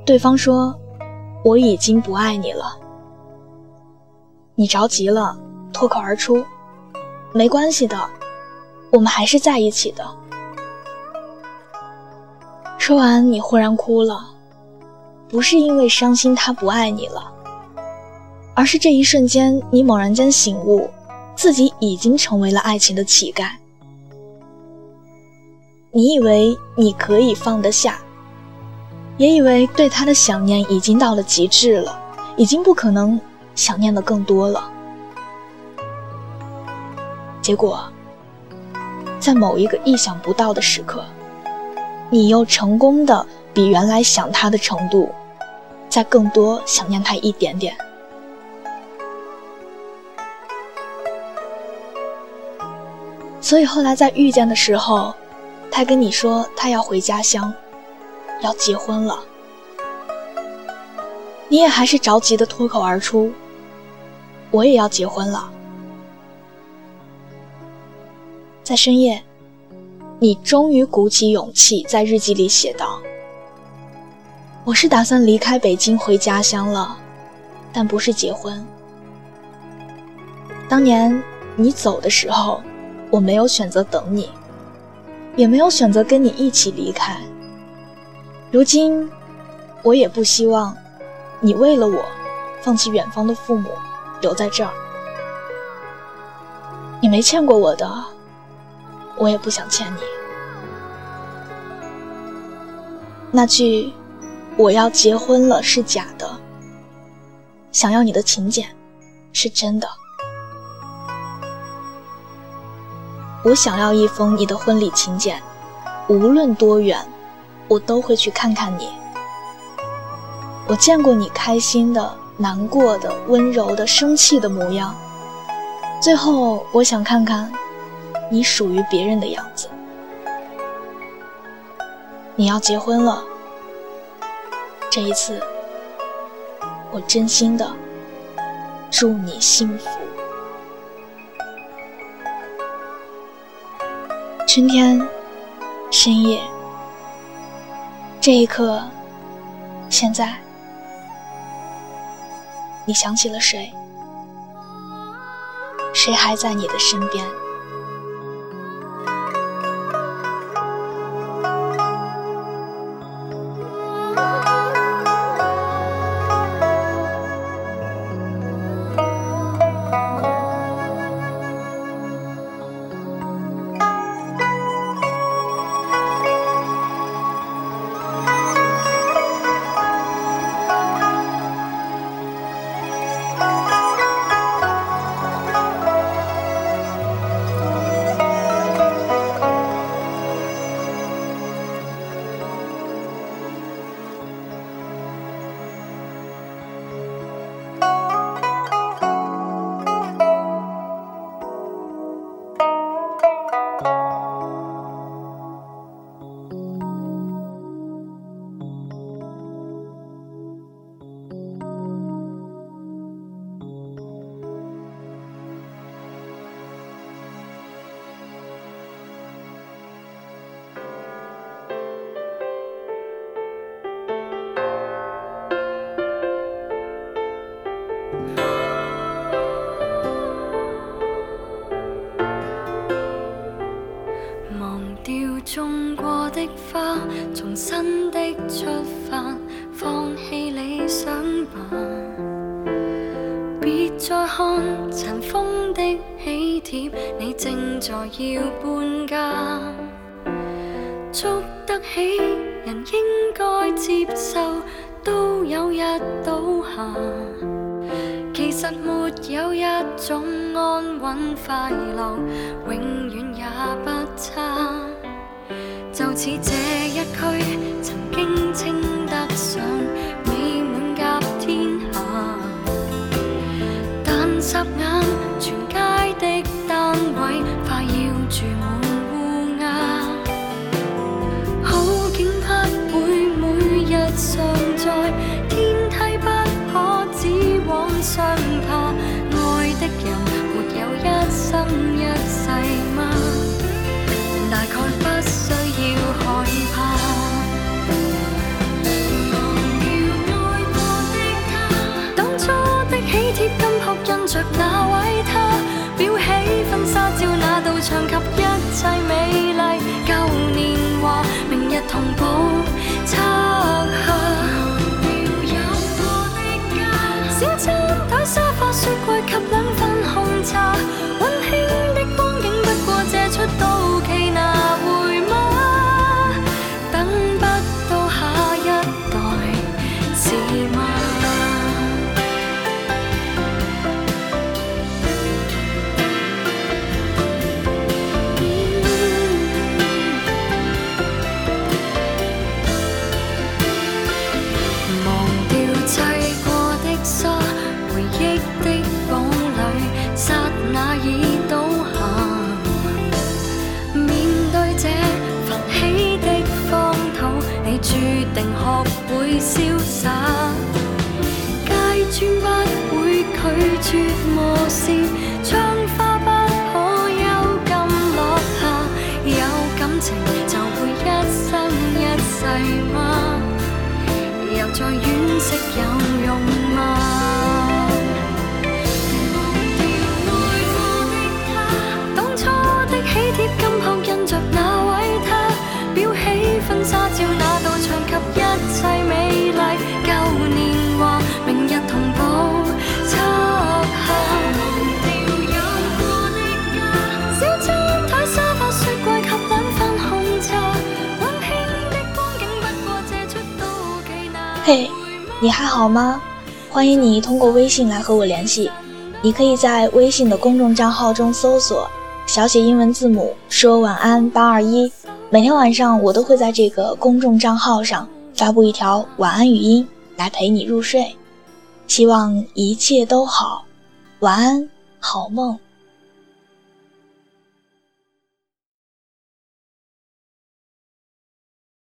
对方说我已经不爱你了，你着急了，脱口而出，没关系的，我们还是在一起的。说完你忽然哭了，不是因为伤心他不爱你了，而是这一瞬间你猛然间醒悟，自己已经成为了爱情的乞丐。你以为你可以放得下，也以为对他的想念已经到了极致了，已经不可能想念的更多了。结果在某一个意想不到的时刻，你又成功的比原来想他的程度再更多想念他一点点。所以后来在遇见的时候，他跟你说他要回家乡，要结婚了，你也还是着急的脱口而出，我也要结婚了。在深夜，你终于鼓起勇气在日记里写道，我是打算离开北京回家乡了，但不是结婚。当年你走的时候，我没有选择等你，也没有选择跟你一起离开。如今我也不希望你为了我放弃远方的父母，留在这儿。你没欠过我的，我也不想欠你。那句我要结婚了是假的，想要你的请柬是真的。我想要一封你的婚礼请柬，无论多远，我都会去看看你。我见过你开心的、难过的、温柔的、生气的模样，最后我想看看你属于别人的样子。你要结婚了，这一次我真心的祝你幸福。春天，深夜，这一刻，现在，你想起了谁？谁还在你的身边？ 種過的花，從新的出發，放棄理想吧。別再看塵封的喜帖，你正在要搬家。捉得起人應該接受，都有日倒下。其實沒有一種安穩快樂，永遠也不差。就似這一區曾經稱得上美滿甲天下，但霎眼全街的單位快要住滿烏鴉。好景不會每日常在，天梯不可只往上爬。愛的人沒有一生一世嗎？大概不需要害怕。忘掉喜帖金箔印着那位他，裱起婚紗照那道牆及一切美麗舊年華，明日同步拆下。小餐台沙發雪櫃及兩份紅茶，溫馨的光景不過借出到期拿回嗎？等不到下一代是嗎？忘掉砌過的沙，回憶的堡壘，剎那已倒下。面對這焚起的荒土，你注定學會瀟灑。階磚不會拒絕磨蝕，窗花不可幽禁落下。有感情就會一生一世嗎？又再惋惜有用嗎？喜帖金箔印着那位他，裱起婚紗照那道牆及一切美麗舊年華，明日同步拆下。小餐台沙發雪櫃及兩份紅茶，溫馨的光景不過借出到期拿。 嘿，你还好吗？欢迎你通过微信来和我联系，你可以在微信的公众账号中搜索小写英文字母说晚安821，每天晚上我都会在这个公众账号上发布一条晚安语音来陪你入睡，希望一切都好，晚安，好梦。